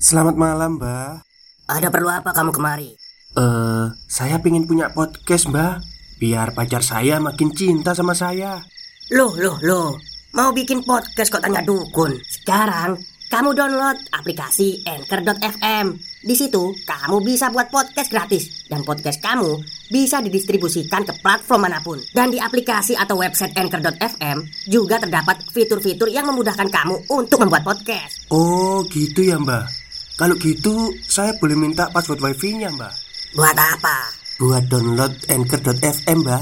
Selamat malam, Mbak. Ada perlu apa kamu kemari? Saya pengen punya podcast, Mbak. Biar pacar saya makin cinta sama saya. Loh. Mau bikin podcast kok tanya dukun? Sekarang kamu download aplikasi Anchor.fm. Di situ kamu bisa buat podcast gratis. Dan podcast kamu bisa didistribusikan ke platform manapun. Dan di aplikasi atau website Anchor.fm juga terdapat fitur-fitur yang memudahkan kamu untuk membuat podcast. Oh, gitu ya, Mbak. Kalau gitu, saya boleh minta password wifi-nya, Mbak. Buat apa? Buat download Anchor.fm, Mbak.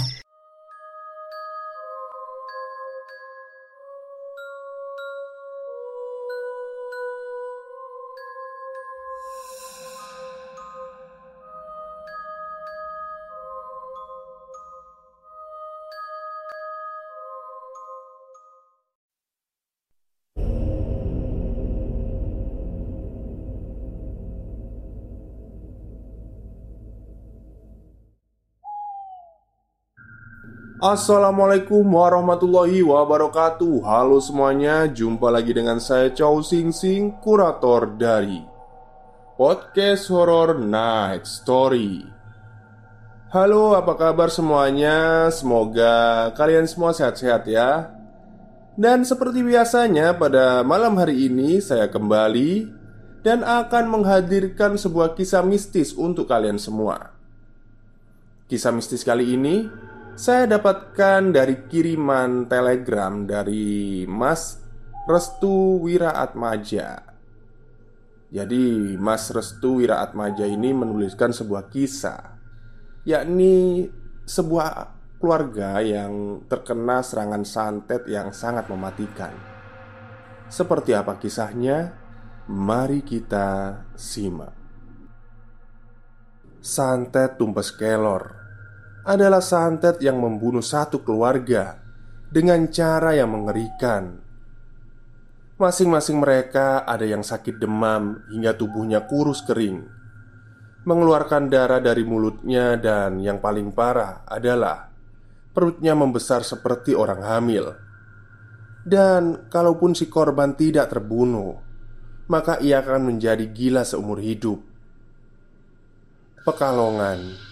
Assalamualaikum warahmatullahi wabarakatuh. Halo semuanya, jumpa lagi dengan saya Chow Sing Sing, kurator dari Podcast Horror Night Story. Halo, apa kabar semuanya? Semoga kalian semua sehat-sehat ya. Dan seperti biasanya pada malam hari ini saya kembali dan akan menghadirkan sebuah kisah mistis untuk kalian semua. Kisah mistis kali ini saya dapatkan dari kiriman telegram dari Mas Restu Wiraatmaja. Jadi Mas Restu Wiraatmaja ini menuliskan sebuah kisah, yakni sebuah keluarga yang terkena serangan santet yang sangat mematikan. Seperti apa kisahnya? Mari kita simak. Santet tumpes kelor adalah santet yang membunuh satu keluarga dengan cara yang mengerikan. Masing-masing mereka ada yang sakit demam hingga tubuhnya kurus kering, mengeluarkan darah dari mulutnya, dan yang paling parah adalah perutnya membesar seperti orang hamil. Dan kalaupun si korban tidak terbunuh, maka ia akan menjadi gila seumur hidup. Pekalongan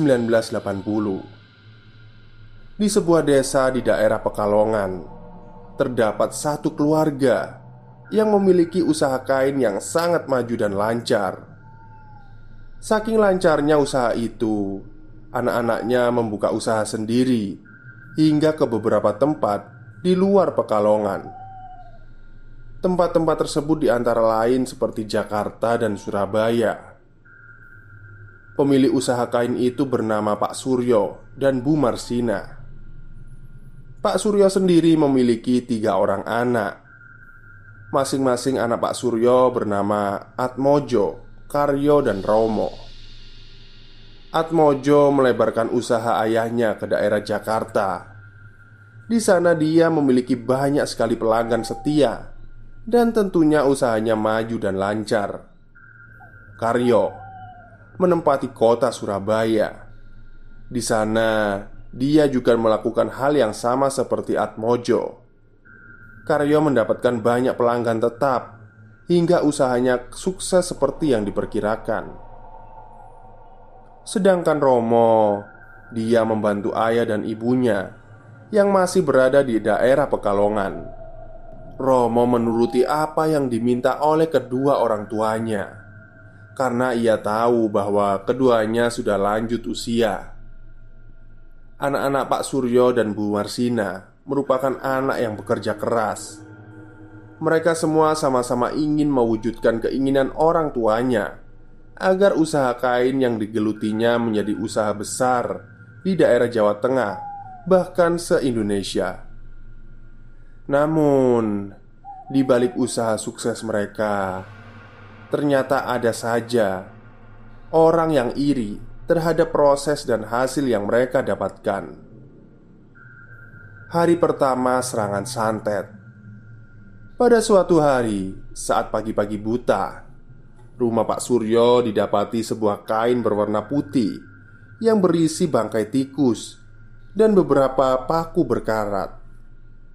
1980. Di sebuah desa di daerah Pekalongan terdapat satu keluarga yang memiliki usaha kain yang sangat maju dan lancar. Saking lancarnya usaha itu, anak-anaknya membuka usaha sendiri hingga ke beberapa tempat di luar Pekalongan. Tempat-tempat tersebut di antara lain seperti Jakarta dan Surabaya. Pemilik usaha kain itu bernama Pak Suryo dan Bu Marsina. Pak Suryo sendiri memiliki 3 orang anak. Masing-masing anak Pak Suryo bernama Atmojo, Karyo, dan Romo. Atmojo melebarkan usaha ayahnya ke daerah Jakarta. Di sana dia memiliki banyak sekali pelanggan setia, dan tentunya usahanya maju dan lancar. Karyo menempati kota Surabaya. Di sana, dia juga melakukan hal yang sama seperti Atmojo. Karyo mendapatkan banyak pelanggan tetap hingga usahanya sukses seperti yang diperkirakan. Sedangkan Romo, dia membantu ayah dan ibunya yang masih berada di daerah Pekalongan. Romo menuruti apa yang diminta oleh kedua orang tuanya karena ia tahu bahwa keduanya sudah lanjut usia. Anak-anak Pak Suryo dan Bu Marsina merupakan anak yang bekerja keras. Mereka semua sama-sama ingin mewujudkan keinginan orang tuanya agar usaha kain yang digelutinya menjadi usaha besar di daerah Jawa Tengah, bahkan se-Indonesia. Namun, di balik usaha sukses mereka, ternyata ada saja orang yang iri terhadap proses dan hasil yang mereka dapatkan. Hari pertama serangan santet. Pada suatu hari, saat pagi-pagi buta, rumah Pak Suryo didapati sebuah kain berwarna putih yang berisi bangkai tikus dan beberapa paku berkarat.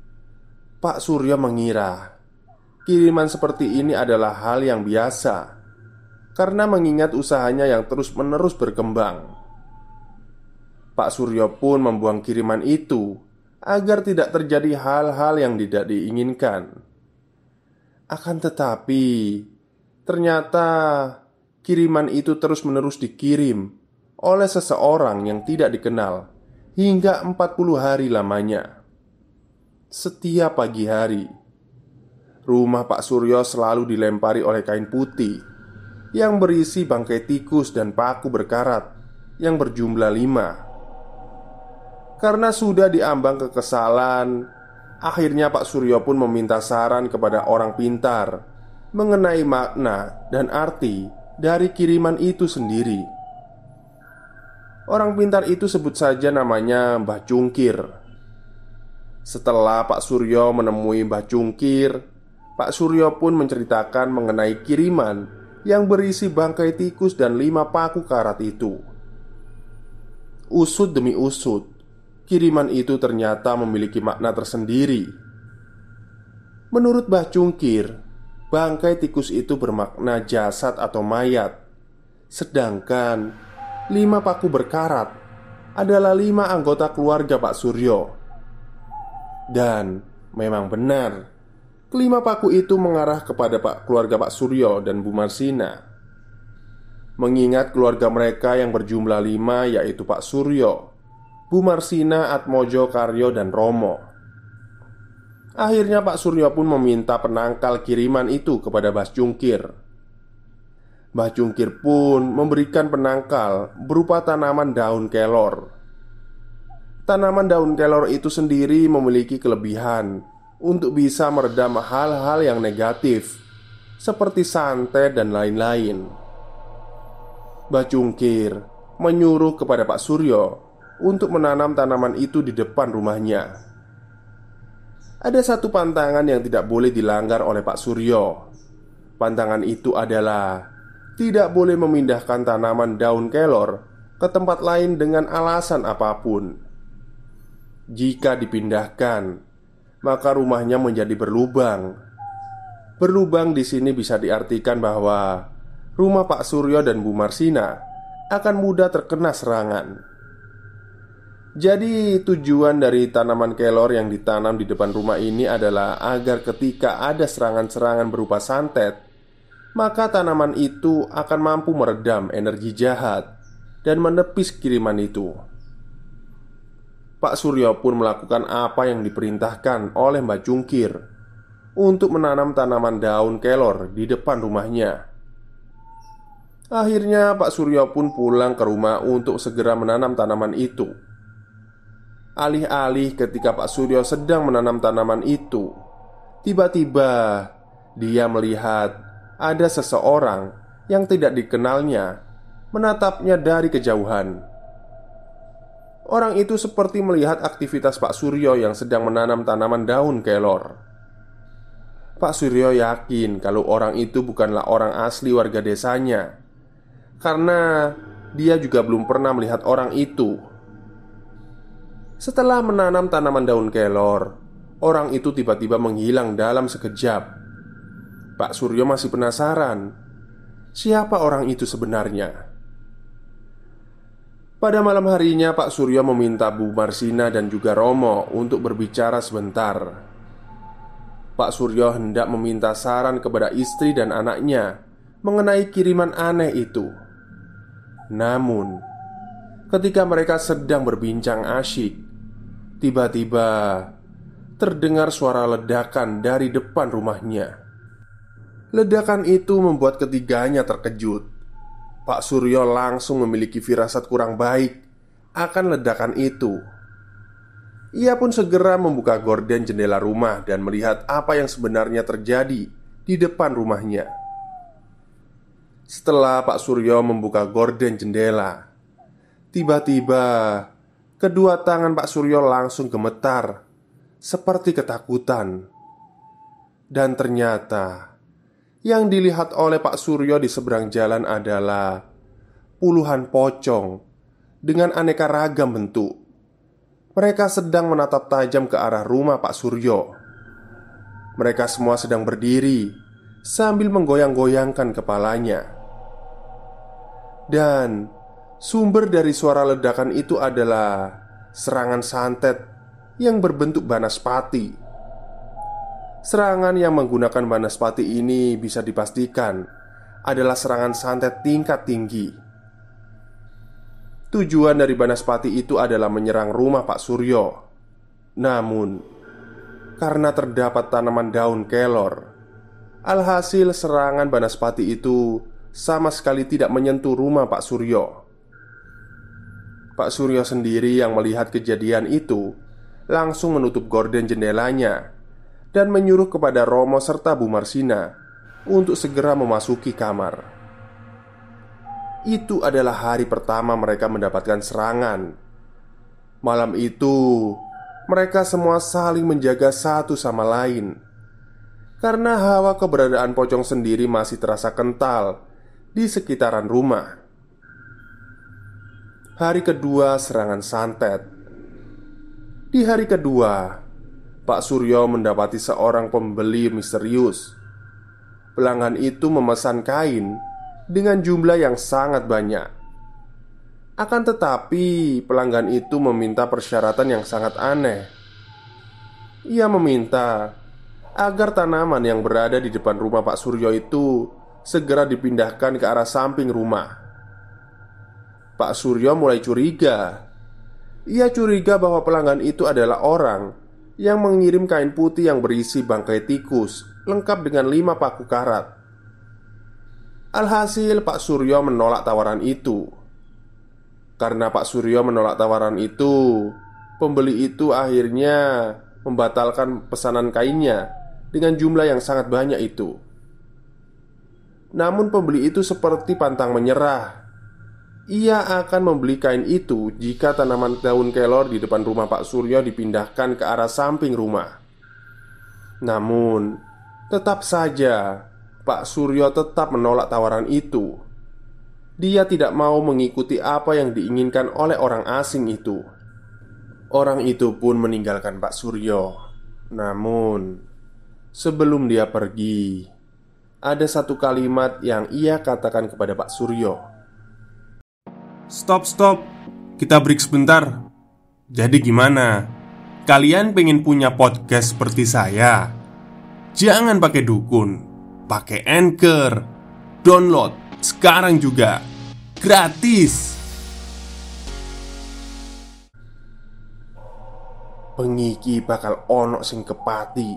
Pak Suryo mengira kiriman seperti ini adalah hal yang biasa karena mengingat usahanya yang terus-menerus berkembang. Pak Suryo pun membuang kiriman itu agar tidak terjadi hal-hal yang tidak diinginkan. Akan tetapi, ternyata kiriman itu terus-menerus dikirim oleh seseorang yang tidak dikenal hingga 40 hari lamanya. Setiap pagi hari, rumah Pak Suryo selalu dilempari oleh kain putih yang berisi bangkai tikus dan paku berkarat yang berjumlah 5. Karena sudah diambang kekesalan, akhirnya Pak Suryo pun meminta saran kepada orang pintar mengenai makna dan arti dari kiriman itu sendiri. Orang pintar itu sebut saja namanya Mbah Cungkir. Setelah Pak Suryo menemui Mbah Cungkir, Pak Suryo pun menceritakan mengenai kiriman yang berisi bangkai tikus dan 5 paku karat itu. Usut demi usut, kiriman itu ternyata memiliki makna tersendiri. Menurut Mbah Cungkir, bangkai tikus itu bermakna jasad atau mayat, sedangkan 5 paku berkarat adalah 5 anggota keluarga Pak Suryo. Dan memang benar, kelima paku itu mengarah kepada keluarga Pak Suryo dan Bu Marsina. Mengingat keluarga mereka yang berjumlah 5, yaitu Pak Suryo, Bu Marsina, Atmojo, Karyo, dan Romo. Akhirnya Pak Suryo pun meminta penangkal kiriman itu kepada Mbah Cungkir. Mbah Cungkir pun memberikan penangkal berupa tanaman daun kelor. Tanaman daun kelor itu sendiri memiliki kelebihan untuk bisa meredam hal-hal yang negatif seperti santet dan lain-lain. Mbah Cungkir menyuruh kepada Pak Suryo untuk menanam tanaman itu di depan rumahnya. Ada satu pantangan yang tidak boleh dilanggar oleh Pak Suryo. Pantangan itu adalah tidak boleh memindahkan tanaman daun kelor ke tempat lain dengan alasan apapun. Jika dipindahkan, maka rumahnya menjadi berlubang. Berlubang di sini bisa diartikan bahwa rumah Pak Suryo dan Bu Marsina akan mudah terkena serangan. Jadi tujuan dari tanaman kelor yang ditanam di depan rumah ini adalah agar ketika ada serangan-serangan berupa santet, maka tanaman itu akan mampu meredam energi jahat dan menepis kiriman itu. Pak Suryo pun melakukan apa yang diperintahkan oleh Mbah Cungkir untuk menanam tanaman daun kelor di depan rumahnya. Akhirnya Pak Suryo pun pulang ke rumah untuk segera menanam tanaman itu. Alih-alih ketika Pak Suryo sedang menanam tanaman itu, tiba-tiba dia melihat ada seseorang yang tidak dikenalnya menatapnya dari kejauhan. Orang itu seperti melihat aktivitas Pak Suryo yang sedang menanam tanaman daun kelor. Pak Suryo yakin kalau orang itu bukanlah orang asli warga desanya, karena dia juga belum pernah melihat orang itu. Setelah menanam tanaman daun kelor, orang itu tiba-tiba menghilang dalam sekejap. Pak Suryo masih penasaran, siapa orang itu sebenarnya. Pada malam harinya Pak Suryo meminta Bu Marsina dan juga Romo untuk berbicara sebentar. Pak Suryo hendak meminta saran kepada istri dan anaknya mengenai kiriman aneh itu. Namun, ketika mereka sedang berbincang asyik, tiba-tiba terdengar suara ledakan dari depan rumahnya. Ledakan itu membuat ketiganya terkejut. Pak Suryo langsung memiliki firasat kurang baik akan ledakan itu. Ia pun segera membuka gorden jendela rumah dan melihat apa yang sebenarnya terjadi di depan rumahnya. Setelah Pak Suryo membuka gorden jendela, tiba-tiba kedua tangan Pak Suryo langsung gemetar seperti ketakutan. Dan ternyata yang dilihat oleh Pak Suryo di seberang jalan adalah puluhan pocong dengan aneka ragam bentuk. Mereka sedang menatap tajam ke arah rumah Pak Suryo. Mereka semua sedang berdiri sambil menggoyang-goyangkan kepalanya. Dan sumber dari suara ledakan itu adalah serangan santet yang berbentuk banaspati. Serangan yang menggunakan banaspati ini bisa dipastikan adalah serangan santet tingkat tinggi. Tujuan dari banaspati itu adalah menyerang rumah Pak Suryo. Namun, karena terdapat tanaman daun kelor, alhasil serangan banaspati itu sama sekali tidak menyentuh rumah Pak Suryo. Pak Suryo sendiri yang melihat kejadian itu langsung menutup gorden jendelanya dan menyuruh kepada Romo serta Bu Marsina untuk segera memasuki kamar. Itu adalah hari pertama mereka mendapatkan serangan. Malam itu, mereka semua saling menjaga satu sama lain karena hawa keberadaan pocong sendiri masih terasa kental di sekitaran rumah. Hari kedua serangan santet. Di hari kedua, Pak Suryo mendapati seorang pembeli misterius. Pelanggan itu memesan kain dengan jumlah yang sangat banyak. Akan tetapi, pelanggan itu meminta persyaratan yang sangat aneh. Ia meminta agar tanaman yang berada di depan rumah Pak Suryo itu segera dipindahkan ke arah samping rumah. Pak Suryo mulai curiga. Ia curiga bahwa pelanggan itu adalah orang yang mengirim kain putih yang berisi bangkai tikus lengkap dengan 5 paku karat. Alhasil Pak Suryo menolak tawaran itu. Karena Pak Suryo menolak tawaran itu, pembeli itu akhirnya membatalkan pesanan kainnya dengan jumlah yang sangat banyak itu. Namun pembeli itu seperti pantang menyerah. Ia akan membeli kain itu jika tanaman daun kelor di depan rumah Pak Suryo dipindahkan ke arah samping rumah. Namun, tetap saja Pak Suryo tetap menolak tawaran itu. Dia tidak mau mengikuti apa yang diinginkan oleh orang asing itu. Orang itu pun meninggalkan Pak Suryo. Namun, sebelum dia pergi, ada satu kalimat yang ia katakan kepada Pak Suryo. Stop, kita break sebentar. Jadi gimana? Kalian pengen punya podcast seperti saya? Jangan pakai dukun, pakai Anchor. Download sekarang juga, gratis. Pengiki bakal ono sing kepati.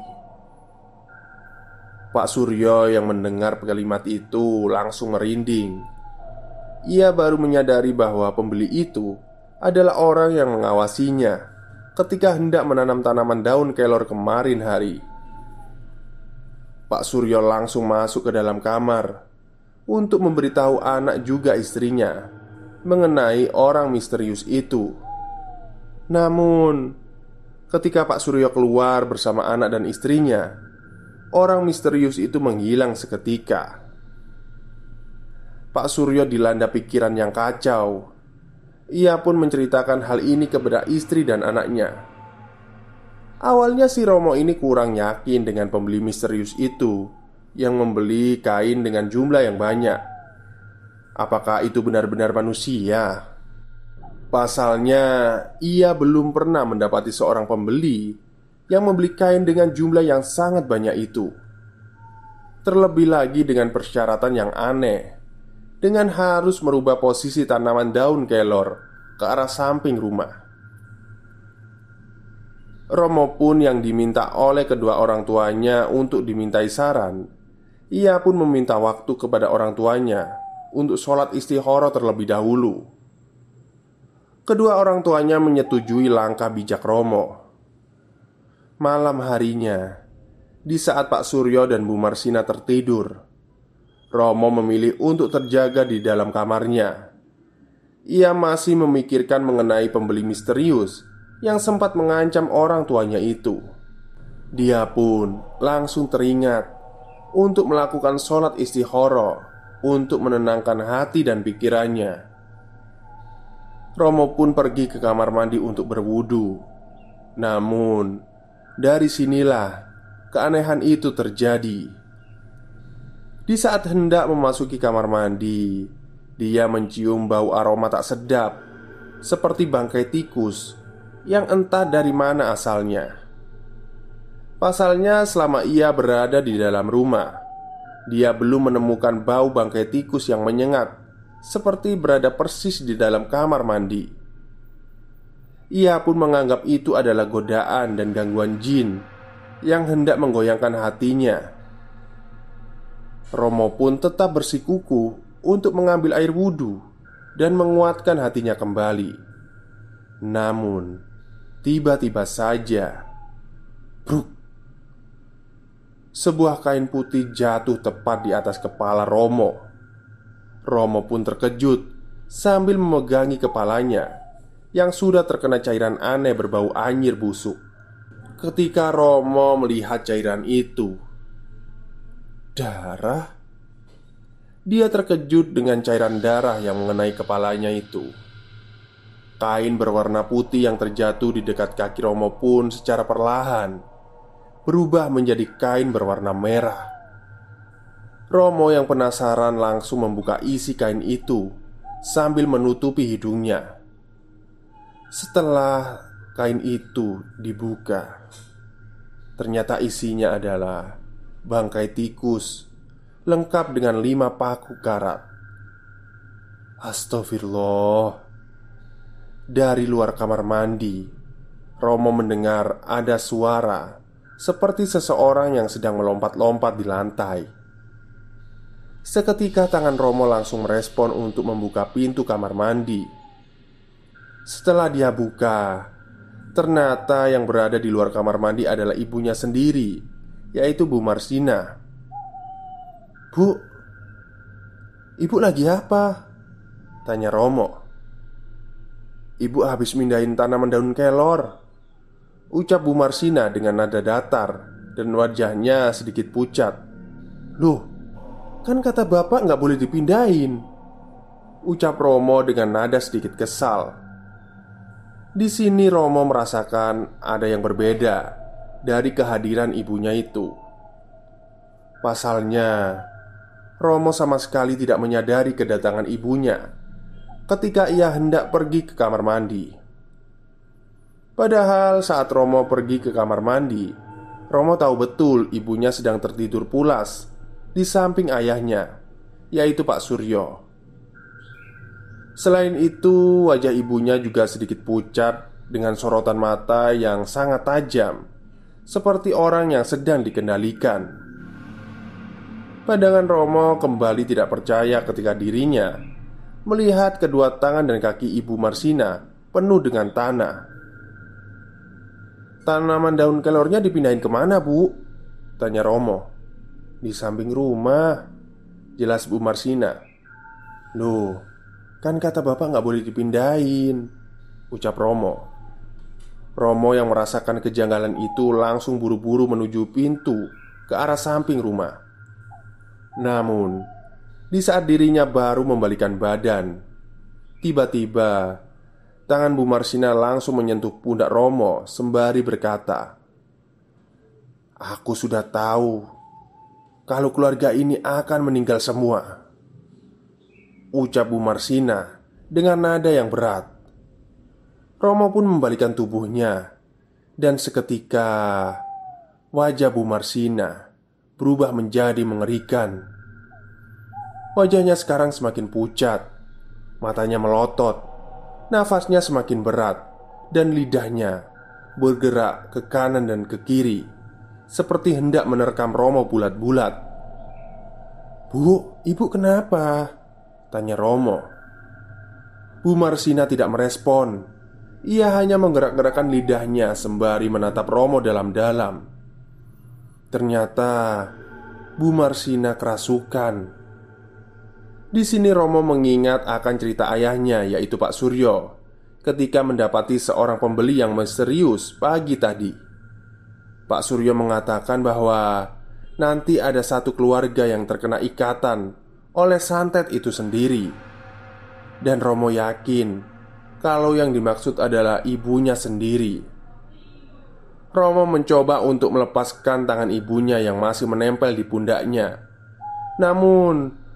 Pak Suryo yang mendengar kalimat itu langsung merinding. Ia baru menyadari bahwa pembeli itu adalah orang yang mengawasinya ketika hendak menanam tanaman daun kelor kemarin hari. Pak Suryo langsung masuk ke dalam kamar untuk memberitahu anak juga istrinya mengenai orang misterius itu. Namun, ketika Pak Suryo keluar bersama anak dan istrinya, orang misterius itu menghilang seketika. Pak Suryo dilanda pikiran yang kacau. Ia pun menceritakan hal ini kepada istri dan anaknya. Awalnya si Romo ini kurang yakin dengan pembeli misterius itu yang membeli kain dengan jumlah yang banyak. Apakah itu benar-benar manusia? Pasalnya, ia belum pernah mendapati seorang pembeli yang membeli kain dengan jumlah yang sangat banyak itu. Terlebih lagi dengan persyaratan yang aneh, dengan harus merubah posisi tanaman daun kelor ke arah samping rumah. Romo pun yang diminta oleh kedua orang tuanya untuk dimintai saran. Ia pun meminta waktu kepada orang tuanya untuk sholat istikharah terlebih dahulu. Kedua orang tuanya menyetujui langkah bijak Romo. Malam harinya, di saat Pak Suryo dan Bu Marsina tertidur, Romo memilih untuk terjaga di dalam kamarnya. Ia masih memikirkan mengenai pembeli misterius yang sempat mengancam orang tuanya itu. Dia pun langsung teringat untuk melakukan sholat istikharah untuk menenangkan hati dan pikirannya. Romo pun pergi ke kamar mandi untuk berwudu. Namun, dari sinilah keanehan itu terjadi. Di saat hendak memasuki kamar mandi, dia mencium bau aroma tak sedap, seperti bangkai tikus yang entah dari mana asalnya. Pasalnya, selama ia berada di dalam rumah, dia belum menemukan bau bangkai tikus yang menyengat, seperti berada persis di dalam kamar mandi. Ia pun menganggap itu adalah godaan dan gangguan jin yang hendak menggoyangkan hatinya. Romo pun tetap bersikukuh untuk mengambil air wudhu dan menguatkan hatinya kembali. Namun, tiba-tiba saja, bruk, sebuah kain putih jatuh tepat di atas kepala Romo. Romo pun terkejut sambil memegangi kepalanya yang sudah terkena cairan aneh berbau anyir busuk. Ketika Romo melihat cairan itu, darah, dia terkejut dengan cairan darah yang mengenai kepalanya itu. Kain berwarna putih yang terjatuh di dekat kaki Romo pun secara perlahan berubah menjadi kain berwarna merah. Romo yang penasaran langsung membuka isi kain itu sambil menutupi hidungnya. Setelah kain itu dibuka, ternyata isinya adalah bangkai tikus lengkap dengan 5 paku karat. Astagfirullah. Dari luar kamar mandi, Romo mendengar ada suara seperti seseorang yang sedang melompat-lompat di lantai. Seketika tangan Romo langsung merespon untuk membuka pintu kamar mandi. Setelah dia buka, ternyata yang berada di luar kamar mandi adalah ibunya sendiri, yaitu Bu Marsina. "Bu, ibu lagi apa?" tanya Romo. "Ibu habis mindahin tanaman daun kelor," ucap Bu Marsina dengan nada datar dan wajahnya sedikit pucat. "Loh, kan kata bapak nggak boleh dipindahin," ucap Romo dengan nada sedikit kesal. Di sini Romo merasakan ada yang berbeda dari kehadiran ibunya itu. Pasalnya, Romo sama sekali tidak menyadari kedatangan ibunya ketika ia hendak pergi ke kamar mandi. Padahal saat Romo pergi ke kamar mandi, Romo tahu betul ibunya sedang tertidur pulas di samping ayahnya, yaitu Pak Suryo. Selain itu, wajah ibunya juga sedikit pucat dengan sorotan mata yang sangat tajam, seperti orang yang sedang dikendalikan. Pandangan Romo kembali tidak percaya ketika dirinya melihat kedua tangan dan kaki Ibu Marsina penuh dengan tanah. "Tanaman daun kelornya dipindahin kemana, Bu?" tanya Romo. "Di samping rumah," jelas Bu Marsina. "Loh, kan kata bapak nggak boleh dipindahin," ucap Romo. Romo yang merasakan kejanggalan itu langsung buru-buru menuju pintu ke arah samping rumah. Namun, di saat dirinya baru membalikan badan, tiba-tiba tangan Bu Marsina langsung menyentuh pundak Romo sembari berkata, "Aku sudah tahu kalau keluarga ini akan meninggal semua," ucap Bu Marsina dengan nada yang berat. Romo pun membalikkan tubuhnya, dan seketika wajah Bu Marsina berubah menjadi mengerikan. Wajahnya sekarang semakin pucat, matanya melotot, nafasnya semakin berat, dan lidahnya bergerak ke kanan dan ke kiri, seperti hendak menerkam Romo bulat-bulat. "Bu, ibu kenapa?" tanya Romo. Bu Marsina tidak merespon. Ia hanya menggerak-gerakkan lidahnya sembari menatap Romo dalam-dalam. Ternyata Bu Marsina kerasukan. Di sini Romo mengingat akan cerita ayahnya, yaitu Pak Suryo, ketika mendapati seorang pembeli yang misterius pagi tadi. Pak Suryo mengatakan bahwa nanti ada satu keluarga yang terkena ikatan oleh santet itu sendiri. Dan Romo yakin kalau yang dimaksud adalah ibunya sendiri. Romo mencoba untuk melepaskan tangan ibunya yang masih menempel di pundaknya. Namun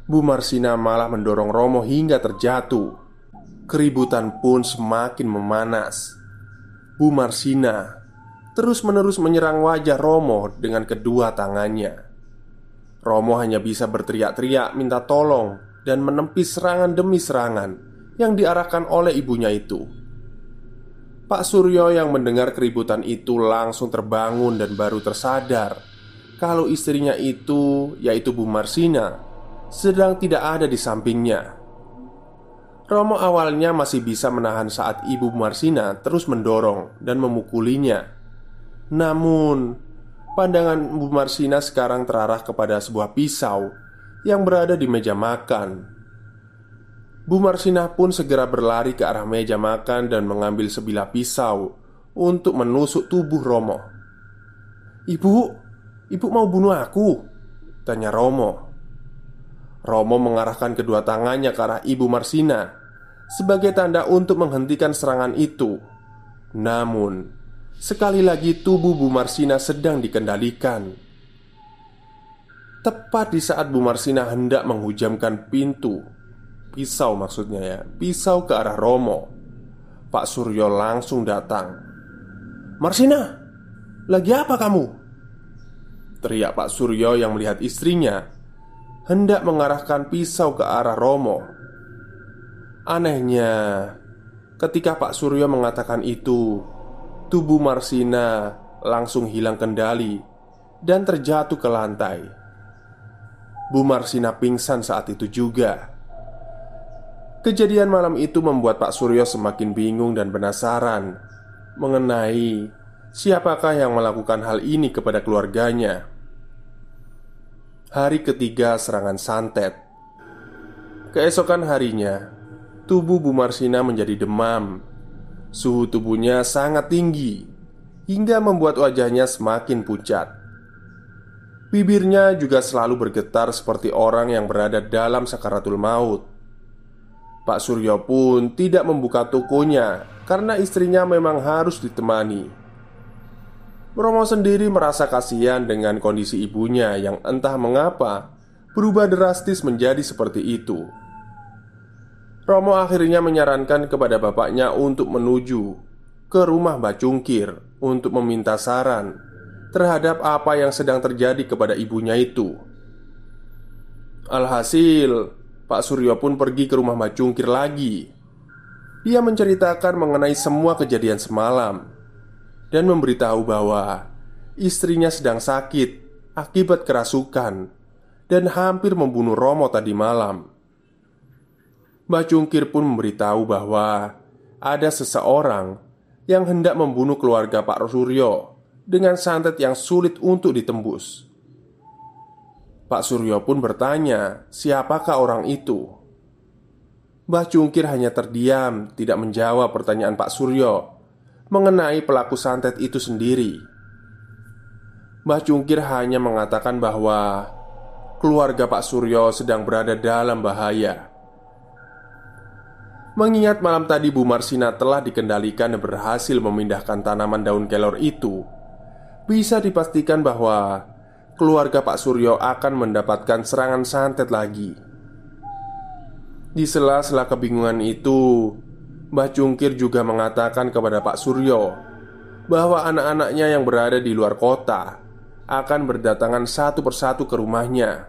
Bu Marsina malah mendorong Romo hingga terjatuh. Keributan pun semakin memanas. Bu Marsina terus-menerus menyerang wajah Romo dengan kedua tangannya. Romo hanya bisa berteriak-teriak minta tolong dan menepis serangan demi serangan yang diarahkan oleh ibunya itu. Pak Suryo yang mendengar keributan itu langsung terbangun dan baru tersadar kalau istrinya itu, yaitu Bu Marsina, sedang tidak ada di sampingnya. Romo awalnya masih bisa menahan saat ibu Marsina terus mendorong dan memukulinya. Namun, pandangan Bu Marsina sekarang terarah kepada sebuah pisau yang berada di meja makan. Bu Marsina pun segera berlari ke arah meja makan dan mengambil sebilah pisau untuk menusuk tubuh Romo. Ibu mau bunuh aku?" tanya Romo. Romo mengarahkan kedua tangannya ke arah ibu Marsina sebagai tanda untuk menghentikan serangan itu. Namun, sekali lagi tubuh Bu Marsina sedang dikendalikan. Tepat di saat Bu Marsina hendak menghujamkan pisau maksudnya ya, pisau ke arah Romo, Pak Suryo langsung datang. "Marsina, lagi apa kamu?" teriak Pak Suryo yang melihat istrinya hendak mengarahkan pisau ke arah Romo. Anehnya, ketika Pak Suryo mengatakan itu, tubuh Marsina langsung hilang kendali dan terjatuh ke lantai. Bu Marsina pingsan saat itu juga. Kejadian malam itu membuat Pak Suryo semakin bingung dan penasaran mengenai siapakah yang melakukan hal ini kepada keluarganya. Hari ketiga serangan santet. Keesokan harinya, tubuh Bu Marsina menjadi demam. Suhu tubuhnya sangat tinggi hingga membuat wajahnya semakin pucat. Bibirnya juga selalu bergetar seperti orang yang berada dalam sakaratul maut. Pak Suryo pun tidak membuka tokonya karena istrinya memang harus ditemani. Romo sendiri merasa kasihan dengan kondisi ibunya yang entah mengapa berubah drastis menjadi seperti itu. Romo akhirnya menyarankan kepada bapaknya untuk menuju ke rumah Mbak Cungkir untuk meminta saran terhadap apa yang sedang terjadi kepada ibunya itu. Alhasil, Pak Suryo pun pergi ke rumah Mbak Cungkir lagi. Dia menceritakan mengenai semua kejadian semalam dan memberitahu bahwa istrinya sedang sakit akibat kerasukan dan hampir membunuh Romo tadi malam. Mbak Cungkir pun memberitahu bahwa ada seseorang yang hendak membunuh keluarga Pak Suryo dengan santet yang sulit untuk ditembus. Pak Suryo pun bertanya, siapakah orang itu? Mbak Cungkir hanya terdiam, tidak menjawab pertanyaan Pak Suryo mengenai pelaku santet itu sendiri. Mbak Cungkir hanya mengatakan bahwa keluarga Pak Suryo sedang berada dalam bahaya. Mengingat malam tadi Bu Marsina telah dikendalikan dan berhasil memindahkan tanaman daun kelor itu, bisa dipastikan bahwa keluarga Pak Suryo akan mendapatkan serangan santet lagi. Di sela-sela kebingungan itu, Mbah Cungkir juga mengatakan kepada Pak Suryo bahwa anak-anaknya yang berada di luar kota akan berdatangan satu persatu ke rumahnya.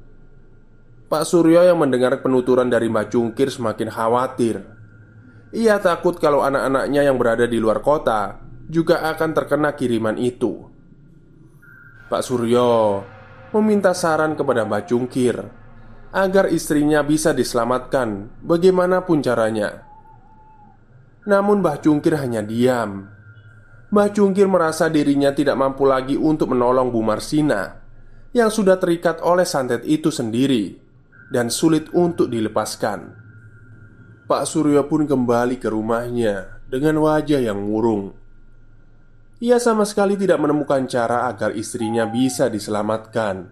Pak Suryo yang mendengar penuturan dari Mbah Cungkir semakin khawatir. Ia takut kalau anak-anaknya yang berada di luar kota juga akan terkena kiriman itu. Pak Suryo meminta saran kepada Mbah Cungkir agar istrinya bisa diselamatkan bagaimanapun caranya. Namun Mbah Cungkir hanya diam. Mbah Cungkir merasa dirinya tidak mampu lagi untuk menolong Bu Marsina yang sudah terikat oleh santet itu sendiri dan sulit untuk dilepaskan. Pak Suryo pun kembali ke rumahnya dengan wajah yang murung. Ia sama sekali tidak menemukan cara agar istrinya bisa diselamatkan.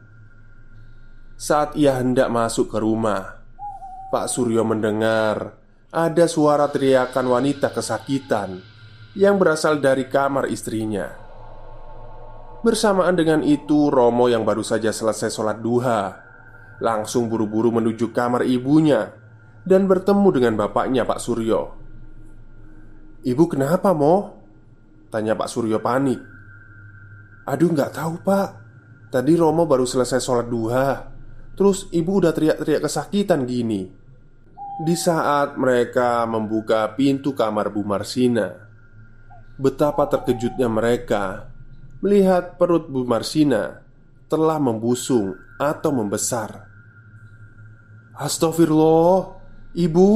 Saat ia hendak masuk ke rumah, Pak Suryo mendengar ada suara teriakan wanita kesakitan yang berasal dari kamar istrinya. Bersamaan dengan itu, Romo yang baru saja selesai sholat duha langsung buru-buru menuju kamar ibunya dan bertemu dengan bapaknya, Pak Suryo. "Ibu kenapa, Mo?" tanya Pak Suryo panik. "Aduh, nggak tahu, Pak. Tadi Romo baru selesai sholat duha, terus ibu udah teriak-teriak kesakitan gini." Di saat mereka membuka pintu kamar Bu Marsina, betapa terkejutnya mereka melihat perut Bu Marsina telah membusung atau membesar. "Astagfirullah, Ibu."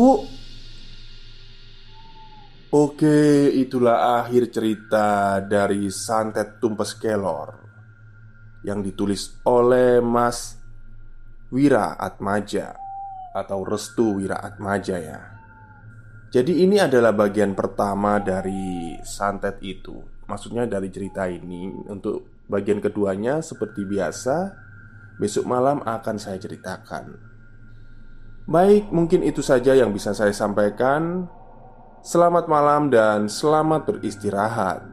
Oke, itulah akhir cerita dari Santet Tumpes Kelor yang ditulis oleh Mas Wira Atmaja atau Restu Wira Atmaja ya. Jadi ini adalah bagian pertama dari santet itu. Maksudnya dari cerita ini. Untuk bagian keduanya seperti biasa besok malam akan saya ceritakan. Baik, mungkin itu saja yang bisa saya sampaikan. Selamat malam dan selamat beristirahat.